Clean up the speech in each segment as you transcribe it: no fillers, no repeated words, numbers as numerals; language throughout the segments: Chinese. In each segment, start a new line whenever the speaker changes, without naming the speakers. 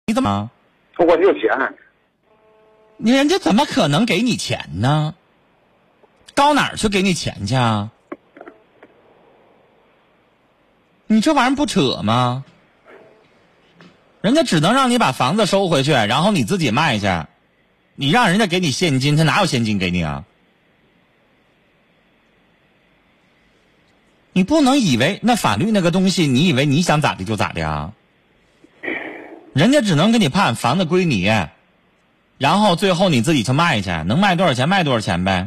你怎么？
我有钱。
人家怎么可能给你钱呢？到哪儿去给你钱去啊？你这玩意儿不扯吗？人家只能让你把房子收回去，然后你自己卖去。你让人家给你现金，他哪有现金给你啊？你不能以为那法律那个东西，你以为你想咋的就咋的啊？人家只能给你判房子归你，然后最后你自己去卖去，能卖多少钱卖多少钱呗。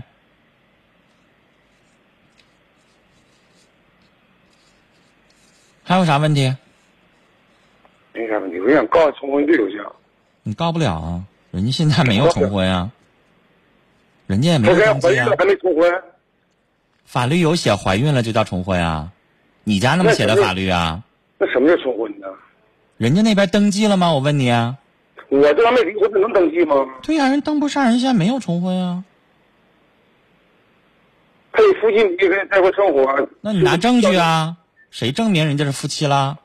还有啥问题？
没啥问题，我想告重婚对象。
你告不了啊，人家现在没有重婚啊，人家也没有登记啊。
还没重婚。
法律有写怀孕了就叫重婚啊？你家那么写的法律啊？
那什么叫重婚呢？
人家那边登记了吗？我问你啊。
我这还没离婚，能登记吗？
对呀，人登不上，人现在没有重婚啊。
可以夫妻你可以在一块生活。
那你拿证据啊？谁证明人家是夫妻了？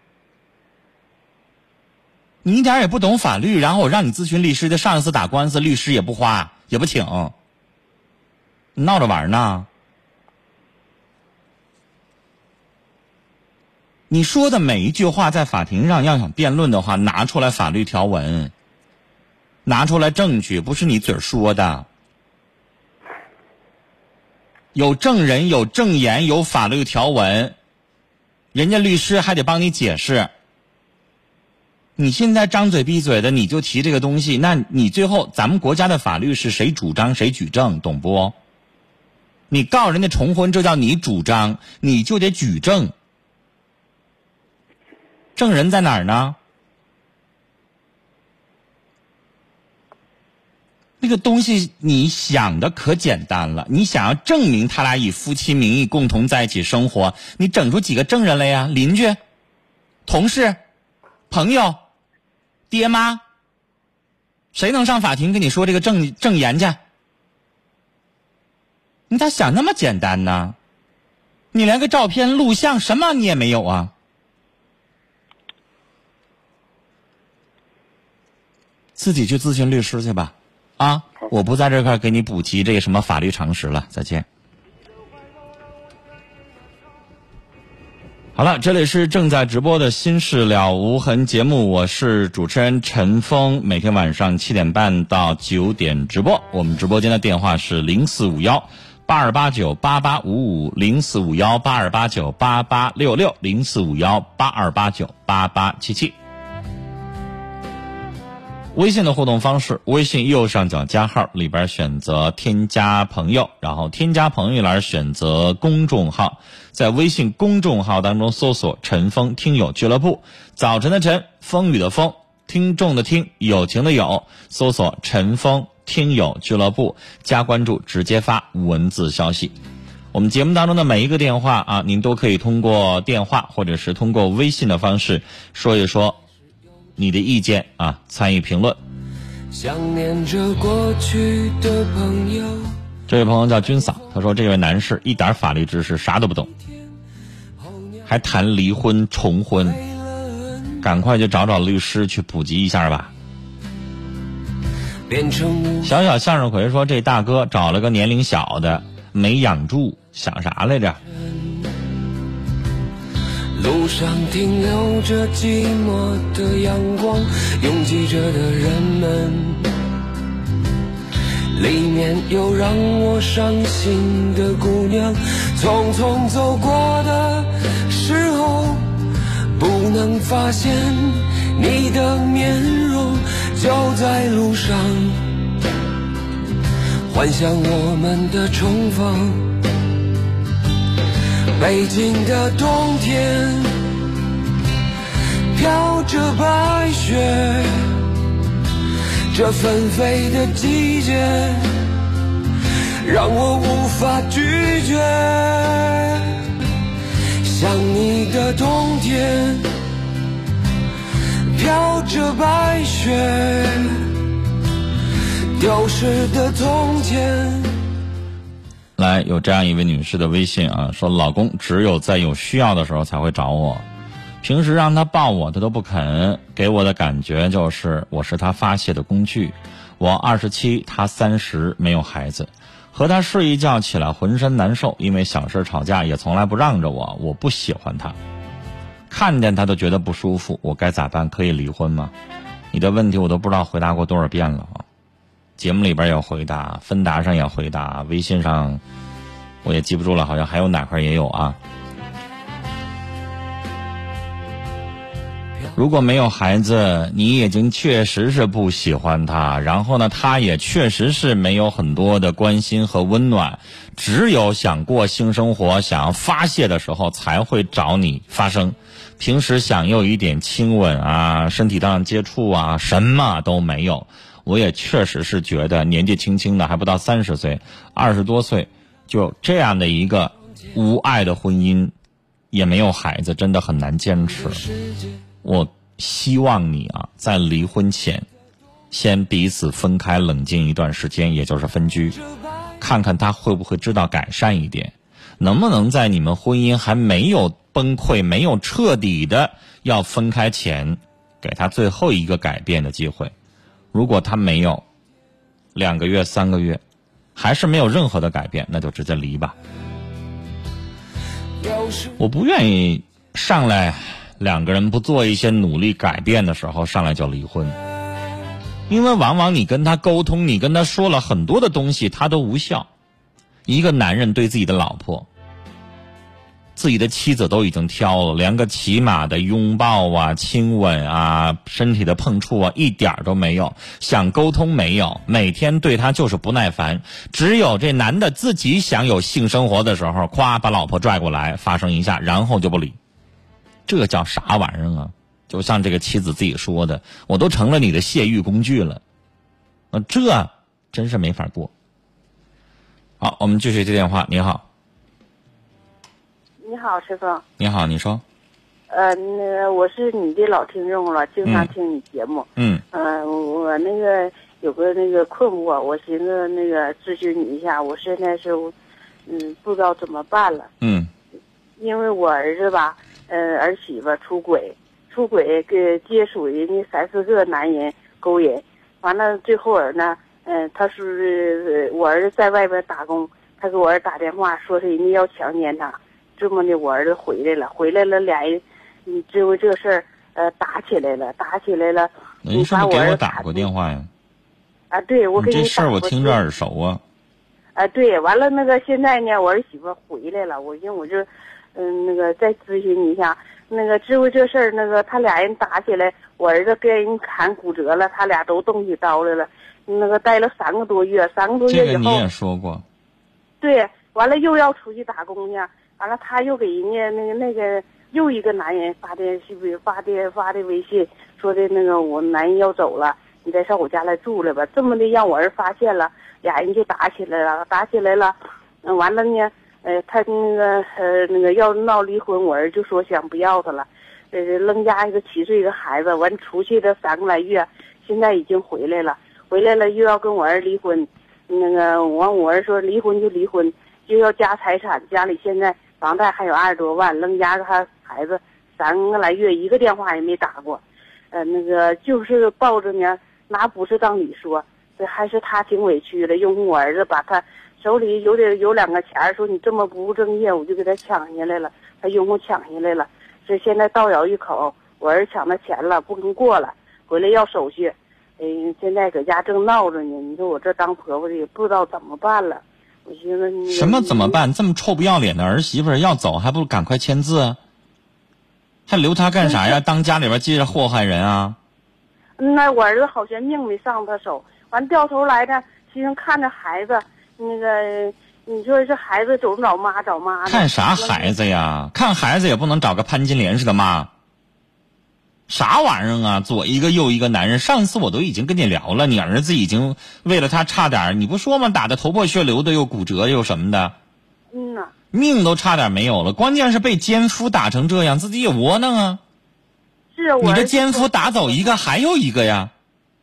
你一点也不懂法律，然后我让你咨询律师，的上一次打官司，律师也不花，也不请，你闹着玩呢？你说的每一句话在法庭上要想辩论的话，拿出来法律条文，拿出来证据，不是你嘴说的。有证人，有证言，有法律条文，人家律师还得帮你解释。你现在张嘴闭嘴的你就提这个东西，那你最后咱们国家的法律是谁主张谁举证，懂不？你告人家重婚，这叫你主张，你就得举证。证人在哪儿呢？那个东西你想的可简单了，你想要证明他俩以夫妻名义共同在一起生活，你整出几个证人来呀？邻居、同事、朋友、爹妈，谁能上法庭跟你说这个证言去？你咋想那么简单呢？你连个照片、录像什么你也没有啊？自己去咨询律师去吧，啊！我不在这块给你补齐这个什么法律常识了，再见。好了，这里是正在直播的心事了无痕节目，我是主持人陈峰，每天晚上7点半到9点直播。我们直播间的电话是0451-8289-8855，0451-8289-8866，0451-8289-8877。微信的互动方式，微信右上角加号里边选择添加朋友，然后添加朋友栏选择公众号，在微信公众号当中搜索陈峰听友俱乐部，早晨的晨，风雨的风，听众的听，友情的友，搜索陈峰听友俱乐部，加关注，直接发文字消息。我们节目当中的每一个电话啊，您都可以通过电话或者是通过微信的方式说一说你的意见啊，参与评论。
想念着过去的朋友。
这位朋友叫军嫂，他说这位男士一点法律知识啥都不懂，还谈离婚重婚，赶快就找律师去普及一下吧。小小向日葵说这大哥找了个年龄小的没养住，想啥来着？
路上停留着寂寞的阳光，拥挤着的人们，里面有让我伤心的姑娘，匆匆走过的时候，不能发现你的面容，就在路上幻想我们的重逢。北京的冬天飘着白雪，这纷飞的季节让我无法拒绝。想你的冬天飘着白雪，丢失的从前。
来，有这样一位女士的微信啊，说老公只有在有需要的时候才会找我， 平时让他抱我他都不肯，给我的感觉就是我是他发泄的工具。我27，他30，没有孩子，和他睡一觉起来浑身难受，因为小事吵架，也从来不让着我。我不喜欢他，看见他都觉得不舒服，我该咋办？可以离婚吗？你的问题我都不知道回答过多少遍了啊！节目里边有回答，芬达上也回答，微信上我也记不住了，好像还有哪块也有啊。如果没有孩子，你已经确实是不喜欢他，然后呢，他也确实是没有很多的关心和温暖，只有想过性生活、想要发泄的时候才会找你发生。平时想有一点亲吻啊、身体上接触啊，什么都没有。我也确实是觉得年纪轻轻的，还不到30岁，20多岁，就这样的一个无爱的婚姻，也没有孩子，真的很难坚持。我希望你啊，在离婚前先彼此分开冷静一段时间，也就是分居，看看他会不会知道改善一点，能不能在你们婚姻还没有崩溃、没有彻底的要分开前，给他最后一个改变的机会。如果他没有2个月、3个月还是没有任何的改变，那就直接离吧。我不愿意上来2个人不做一些努力改变的时候上来就离婚，因为往往你跟他沟通，你跟他说了很多的东西，他都无效。一个男人对自己的老婆、自己的妻子都已经挑了，连个起码的拥抱啊、亲吻啊、身体的碰触啊一点都没有，想沟通没有，每天对他就是不耐烦。只有这男的自己想有性生活的时候，咵把老婆拽过来发生一下，然后就不理。这叫啥玩意儿啊？就像这个妻子自己说的，我都成了你的泄欲工具了，这真是没法过。好，我们继续接电话。你好。
你好，师傅。
你好，你说。
那个我是你的老听众了，经常听你节目。我那个有个那个困惑，我寻思那个咨询你一下，我现在是不知道怎么办了。因为我儿子吧，儿媳妇出轨给接属人家3、4个男人勾引，完了最后呢，他是我儿子在外边打工，他给我儿子打电话说是人家要强奸他，这么的我儿子回来了，俩人因为这个事儿打起来了。
您是不是给我打过电话呀？
啊，对，我给你打过。
这事儿我听着耳熟啊。
啊，对，完了那个现在呢，我儿媳妇回来了，我就那个再咨询你一下，那个知乎这事儿，那个他俩人打起来，我儿子跟人砍骨折了，他俩都动起刀来了，那个待了3个多月以后，
这个你也说过。
对，完了又要出去打工去，完了他又给人家那个又一个男人发的微信，说的那个我男人要走了，你再上我家来住来吧，这么的让我儿发现了，俩人就打起来了，完了呢。他那个要闹离婚，我儿就说想不要他了，扔家一个7岁的孩子，完出去的3个来月，现在已经回来了又要跟我儿离婚，那个完我儿说离婚就离婚，就要加财产，家里现在房贷还有20多万，扔家他孩子3个来月一个电话也没打过，那个就是抱着呢，拿不是当理说，这还是他挺委屈的，用我儿子把他。手里有2个钱，说你这么不务正业，我就给他抢下来了，他用户抢下来了，这现在倒咬一口，我儿抢他钱了，不跟过了，回来要手续，现在搁家正闹着呢，你说我这当婆婆的也不知道怎么办了，我寻思
什么怎么办？这么臭不要脸的儿媳妇要走，还不如赶快签字啊，还留他干啥呀？当家里边接着祸害人啊？
那我儿子好像命没上他手，完掉头来的，其实看着孩子。那个，你说这孩子总找妈
看啥孩子呀？看孩子也不能找个潘金莲似的妈。啥玩意儿啊？左一个右一个男人。上次我都已经跟你聊了，你儿子已经为了他差点，你不说吗？打得头破血流的，又骨折又什么的。命都差点没有了。关键是被奸夫打成这样，自己也窝囊啊。
是我。
你的奸夫打走一个，还有一个呀。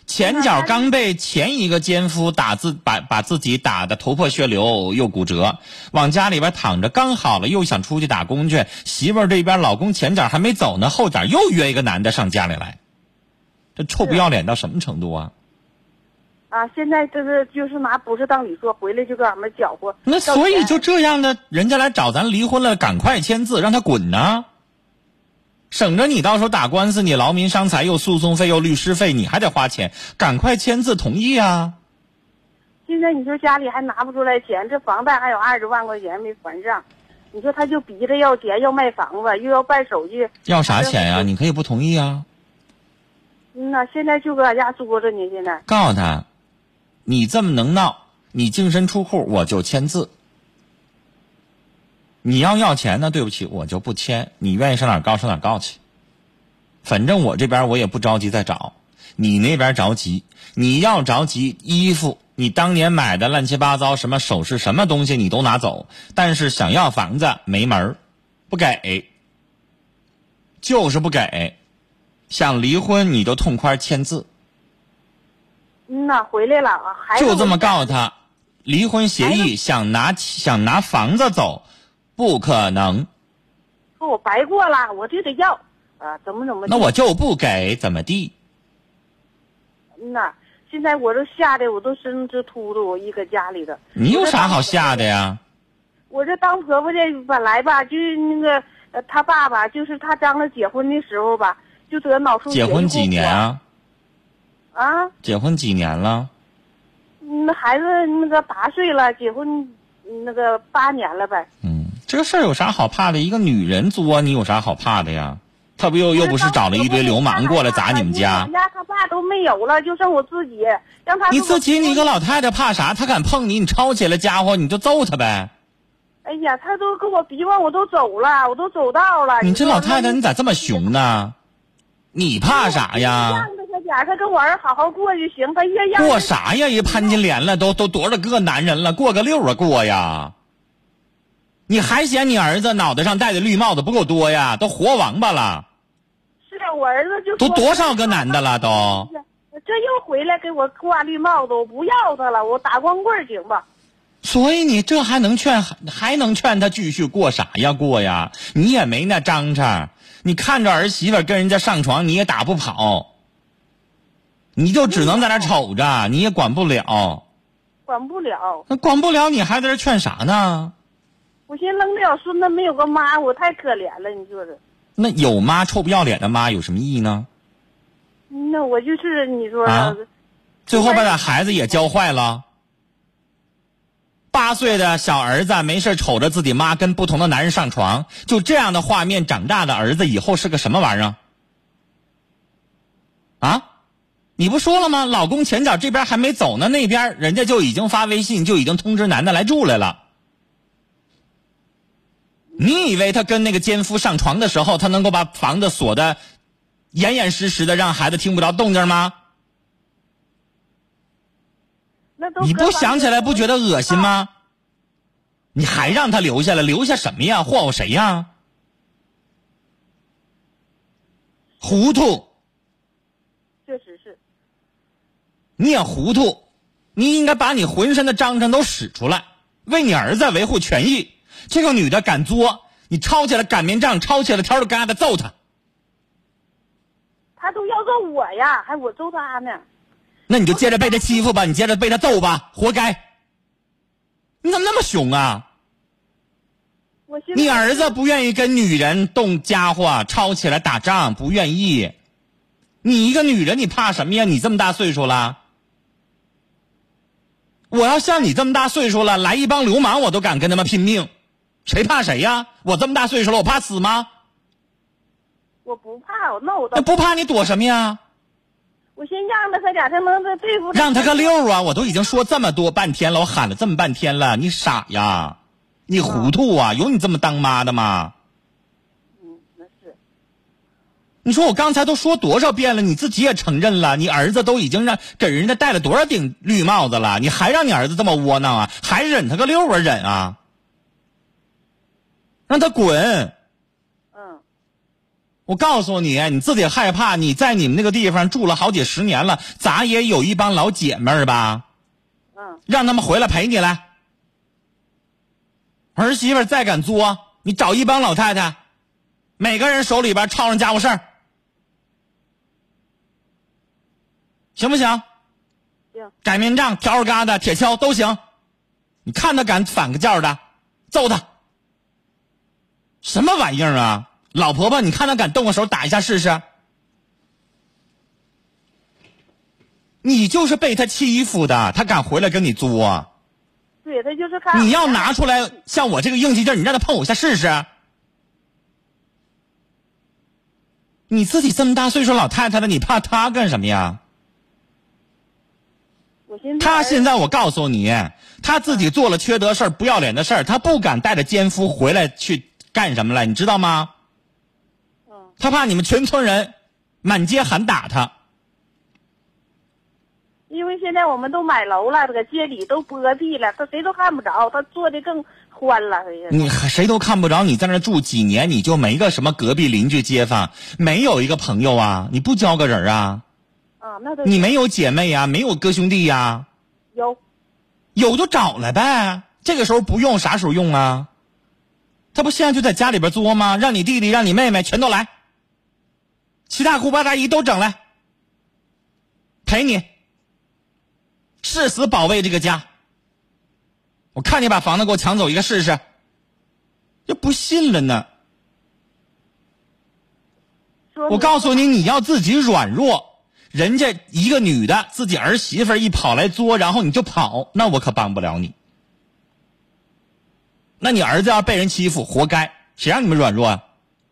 前脚刚被前一个奸夫把自己打得头破血流又骨折，往家里边躺着，刚好了又想出去打工去，媳妇儿这边老公前脚还没走呢，后脚又约一个男的上家里来，这臭不要脸到什么程度啊？
啊，现在就是拿不是当理说，回来就给俺们搅和。
那所以就这样的，人家来找咱离婚了，赶快签字让他滚呢，省着你到时候打官司，你劳民伤财，又诉讼费又律师费，你还得花钱，赶快签字同意啊！
现在你说家里还拿不出来钱，这房贷还有20万块钱没还上，你说他就逼着要钱，要卖房子，又要办手续，
要啥钱呀？你可以不同意啊。
那现在就搁俺家坐着呢，现在
告诉他，你这么能闹，你净身出户我就签字。你要钱呢，对不起，我就不签。你愿意上哪儿告去。反正我这边我也不着急再找，你那边着急。你要着急，衣服你当年买的乱七八糟什么首饰什么东西你都拿走，但是想要房子没门儿，不给，就是不给。想离婚你就痛快签字。
呐，回来了啊，还
就这么告诉他，离婚协议想拿房子走。不可能，
说我白过了，我就得要啊，怎么
那我就不给，怎么地？
那现在我都吓得我都身直秃噜，我一搁家里头。
你有啥好吓的呀？
我这当婆婆的本来吧，就那个他爸爸，就是他张罗结婚的时候吧，就得脑出血。
结婚几年啊？
啊？
结婚几年了？
那孩子那个8岁了，结婚那个8年了呗。
这个事儿有啥好怕的？一个女人作，你有啥好怕的呀？他不又不是找了一堆流氓过来砸你们家？
我家他爸都没有了，就剩我自己。让他
你自己，你个老太太怕啥？他敢碰你，你抄起来家伙你就揍他呗。
哎呀，他都跟我逼问，我都走了，我都走道了。
你这老太太你咋这么凶呢？你怕啥呀？
让他家，他跟我儿好好过就行。他越让
过啥呀？也攀金莲了，都多少个男人了，过个溜啊过呀！你还嫌你儿子脑袋上戴的绿帽子不够多呀？都活王八了。
是啊，我儿子就
都多少个男的了都。
这又回来给我挂绿帽子，我不要他了，我打光棍行吧？
所以你这还能劝他继续过啥呀？过呀？你也没那章程，你看着儿媳妇跟人家上床，你也打不跑，你就只能在那瞅着，你也管不了。
管不了。
那管不了，你还在这劝啥呢？
我寻思扔了孙子没有个妈，我太可怜了，你说这。
那有妈臭不要脸的妈有什么意义呢？
那我就是你说
啊，最后把咱孩子也教坏了。8岁的小儿子没事瞅着自己妈跟不同的男人上床，就这样的画面长大的儿子以后是个什么玩意儿？啊？你不说了吗？老公前脚这边还没走呢，那边人家就已经发微信，就已经通知男的来住来了。你以为他跟那个奸夫上床的时候，他能够把房子锁得严严实实的，让孩子听不着动静吗？你不想起来不觉得恶心吗？你还让他留下来，留下什么呀？祸祸谁呀？糊涂。
确实是。
你也糊涂，你应该把你浑身的章程都使出来，为你儿子维护权益。这个女的敢作，你抄起来擀面杖，抄起来条的疙瘩揍她。
他都要揍我呀，还我揍他呢。
那你就接着被他欺负吧，你接着被他揍吧，活该。你怎么那么凶啊？你儿子不愿意跟女人动家伙，抄起来打仗，不愿意。你一个女人，你怕什么呀？你这么大岁数了。我要像你这么大岁数了，来一帮流氓，我都敢跟他们拼命。谁怕谁呀？我这么大岁数了，我怕死吗？
我不怕，那我
不怕，你躲什么呀？
我先让他俩，他能对付。
让他个溜啊！我都已经说这么多半天了，我喊了这么半天了，你傻呀？你糊涂啊？有你这么当妈的吗？
那是。
你说我刚才都说多少遍了，你自己也承认了，你儿子都已经给人家戴了多少顶绿帽子了，你还让你儿子这么窝囊啊？还忍他个溜啊？忍啊？让他滚！ 我告诉你，你自己害怕，你在你们那个地方住了好几十年了，咱也有一帮老姐妹儿吧？让他们回来陪你来。儿媳妇再敢作，你找一帮老太太，每个人手里边抄上家务事儿，行不行？
行。
擀面杖、笤帚疙瘩、铁锹都行。你看他敢反个叫的，揍他。什么玩意儿啊？老婆婆，你看他敢动个手打一下试试？你就是被他欺负的，他敢回来跟你作。
对，他就是看。
你要拿出来像我这个硬气劲儿，你让他碰我一下试试。你自己这么大岁数老太太了，你怕他干什么呀？他现在我告诉你，他自己做了缺德事儿、不要脸的事儿，他不敢带着奸夫回来去干什么了，你知道吗？他怕你们全村人满街喊打他。
因为现在我们都买楼了，这个街里都剥地了，他谁都看不着，他做的更欢了。
你谁都看不着，你在那住几年，你就没个什么隔壁邻居街坊，没有一个朋友啊？你不交个人啊？
那都
你没有姐妹呀、没有哥兄弟呀？
有
就找来呗。这个时候不用，啥时候用啊？他不现在就在家里边作吗？让你弟弟、让你妹妹全都来，七大姑八大姨都整来，陪你誓死保卫这个家。我看你把房子给我抢走一个试试，就不信了呢。我告诉你，你要自己软弱。人家一个女的自己儿媳妇一跑来作，然后你就跑，那我可帮不了你。那你儿子要被人欺负，活该，谁让你们软弱啊？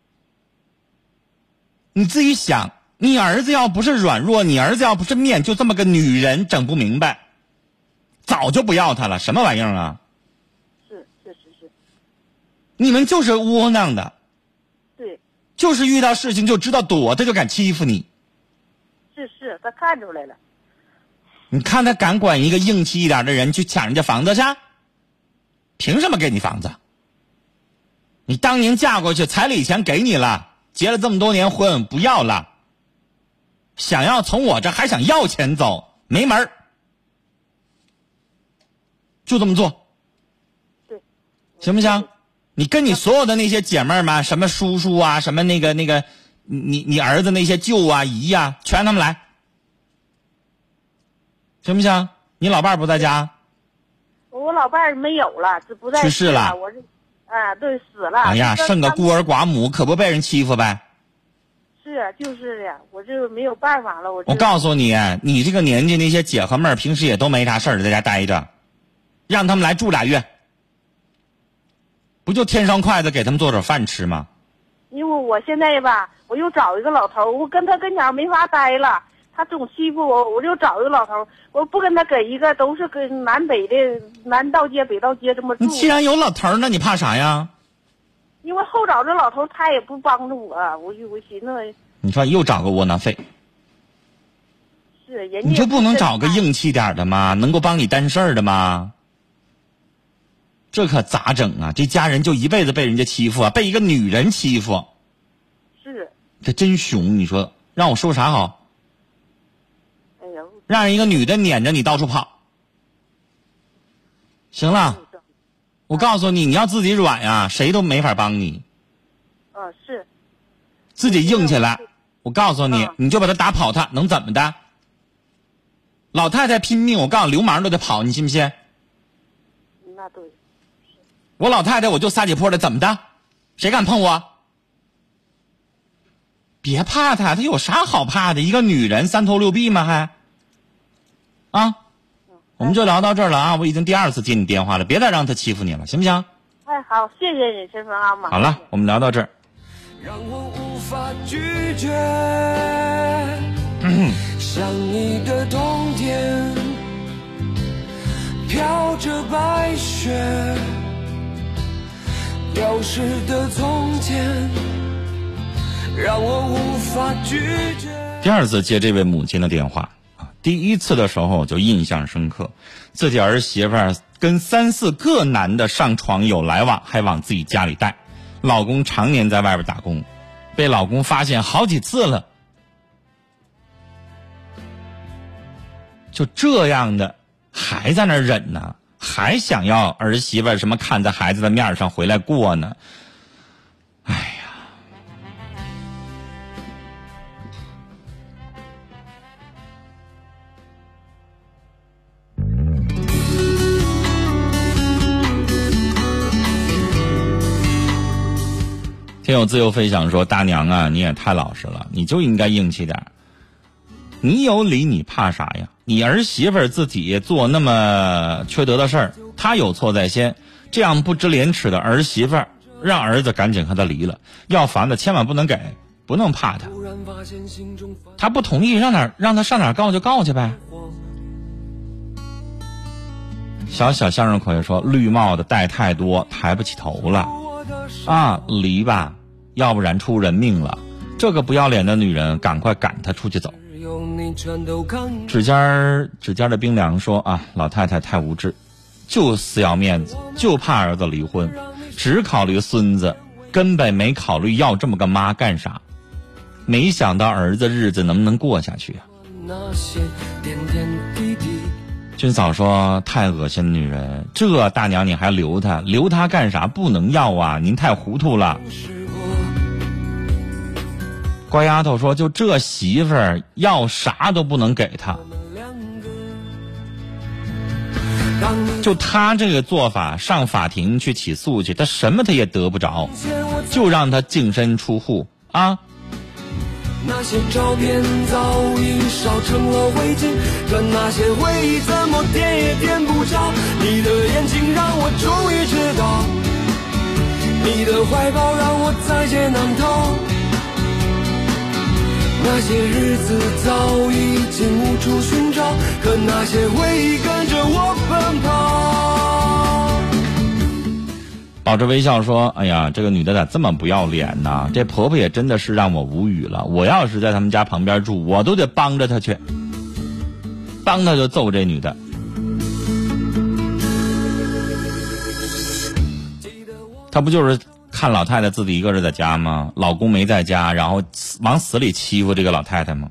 你自己想，你儿子要不是软弱，你儿子要不是面就这么个女人，整不明白，早就不要他了，什么玩意儿啊？
是。
你们就是窝囊的。
对。
就是遇到事情就知道躲，他就敢欺负你。
是，他看出来了。
你看他敢管一个硬气一点的人去抢人家房子去？凭什么给你房子？你当年嫁过去，彩礼钱给你了，结了这么多年婚，不要了。想要从我这还想要钱走，没门儿。就这么做。
对。
行不行？你跟你所有的那些姐妹们，什么叔叔啊，什么那个你儿子那些舅啊姨啊，全他们来，行不行？你老伴儿不在家？
我老伴儿没有了，这不在
去世了。
我是对，死了。
哎呀，剩个孤儿寡母，可不被人欺负呗。
是，就是呀，我这没有办法了。
我告诉你，你这个年纪那些姐和妹儿平时也都没啥事儿，在家待着，让他们来住2月，不就添双筷子给他们做点饭吃吗？
因为我现在吧，我又找一个老头，我跟他跟前没法待了，他总欺负我，我就找一个老头，我不跟他给一个，都是跟南北的南道街北道街这么住。
你既然有老头，那你怕啥呀？
因为后找这老头，他也不帮助我，我寻思。
你说又找个窝囊废。
是人家。
你就不能找个硬气点的吗？能够帮你担事儿的吗？这可咋整啊？这家人就一辈子被人家欺负啊，被一个女人欺负。
是。
这真凶，你说让我说啥好？
哎呀。
让一个女的撵着你到处跑。行了，我告诉你，你要自己软呀，谁都没法帮你。
是。
自己硬起来，我告诉你，你就把他打跑他，能怎么的？老太太拼命，我告诉你，流氓都得跑，你信不信？
那对。
我老太太我就撒起泼来，怎么的？谁敢碰我？别怕她，她有啥好怕的？一个女人3头6臂吗？还啊？我们就聊到这儿了啊！我已经第2次接你电话了，别再让她欺负你了，行不行？
哎，好，谢谢你，陈峰阿妈。
好了，我们聊到这儿。
让我无法拒绝，像你的冬天飘着白雪，丢失的从前让我无法拒绝。
第2次接这位母亲的电话啊，第1次的时候就印象深刻，自己儿媳妇跟3、4个男的上床有来往，还往自己家里带，老公常年在外边打工， 被老公发现好几次了，就这样的还在那忍呢，还想要儿媳妇什么看在孩子的面上回来过呢。哎呀，听友自由飞翔说，大娘啊，你也太老实了，你就应该硬气点，你有理你怕啥呀？你儿媳妇自己做那么缺德的事儿，她有错在先，这样不知廉耻的儿媳妇，让儿子赶紧和她离了，要房子千万不能给，不能怕她，她不同意让她上哪儿告就告去呗。小向日葵说，绿帽子戴太多抬不起头了啊，离吧，要不然出人命了，这个不要脸的女人赶快赶她出去走。指尖的冰凉说啊，老太太太无知，就死要面子，就怕儿子离婚，只考虑孙子，根本没考虑要这么个妈干啥，没想到儿子日子能不能过下去啊。君嫂说，太恶心的女人，这大娘你还留她干啥？不能要啊，您太糊涂了。乖丫头说，就这媳妇儿要啥都不能给她，就她这个做法，上法庭去起诉去，她什么她也得不着，就让她净身出户啊。
那些照片早已烧成了灰烬，可那些回忆怎么点也点不着。你的眼睛让我终于知道，你的怀抱让我在劫难逃。那些日子早已经无处寻找，可那些回忆跟着我奔跑。
抱着微笑说，哎呀，这个女的咋这么不要脸呢？这婆婆也真的是让我无语了，我要是在他们家旁边住，我都得帮着她去，帮她就揍这女的。她不就是看老太太自己一个人在家吗？老公没在家，然后往死里欺负这个老太太吗？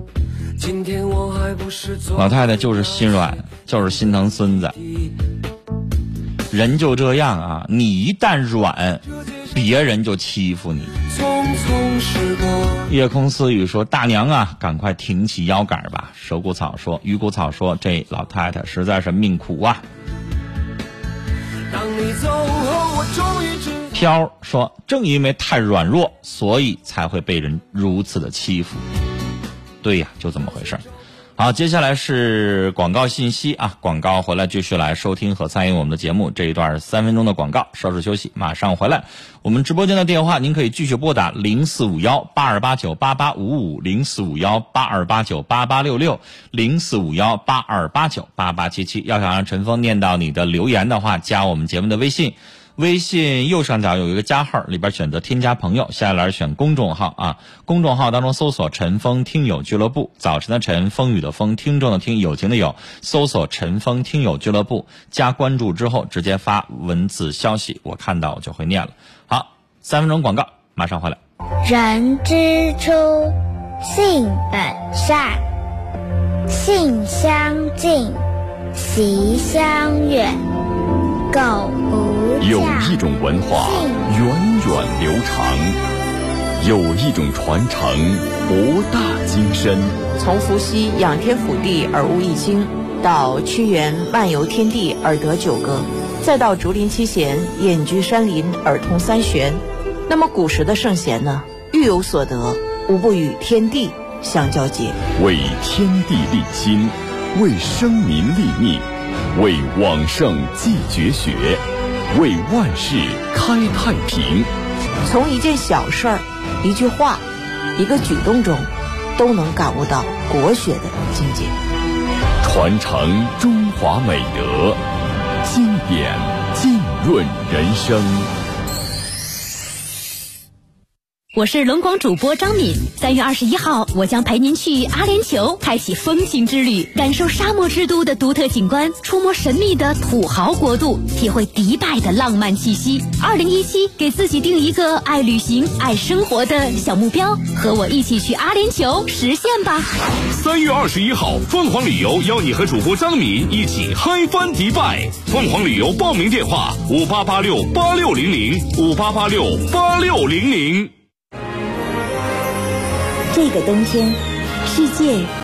老太太就是心软，就是心疼孙子。人就这样啊，你一旦软，别人就欺负你。夜空私语说，大娘啊，赶快挺起腰杆吧。手骨草说，鱼骨草说，这老太太实在是命苦啊。飘说，正因为太软弱，所以才会被人如此的欺负。对呀，就这么回事。好，接下来是广告信息啊，广告回来继续来收听和参与我们的节目。这一段3分钟的广告，稍事休息，马上回来。我们直播间的电话您可以继续拨打0451-8289-8855，0451-8289-8866，0451-8289-8877。要想让陈峰念到你的留言的话，加我们节目的微信。微信右上角有一个加号，里边选择添加朋友，下来选公众号啊，公众号当中搜索陈峰听友俱乐部，早晨的晨，风雨的风，听众的听，友情的友，搜索陈峰听友俱乐部，加关注之后直接发文字消息，我看到我就会念了。好，3分钟广告，马上回来。
人之初，性本善，性相近，习相远。狗不教，
有一种文化源远流长，有一种传承博大精深。
从伏羲仰天俯地而悟易经，到屈原漫游天地而得九歌，再到竹林七贤隐居山林而通三玄。那么古时的圣贤呢，欲有所得，无不与天地相交结，
为天地立心，为生民立命，为往圣继绝学，为万世开太平。
从一件小事儿、一句话、一个举动中，都能感悟到国学的境界。
传承中华美德，经典浸润人生。
我是龙广主播张敏。3月21号，我将陪您去阿联酋，开启风情之旅，感受沙漠之都的独特景观，触摸神秘的土豪国度，体会迪拜的浪漫气息。2017，给自己定一个爱旅行、爱生活的小目标，和我一起去阿联酋实现吧。
3月21号，凤凰旅游邀你和主播张敏一起嗨翻迪拜。凤凰旅游报名电话：58868600，58868600。
这个冬天，世界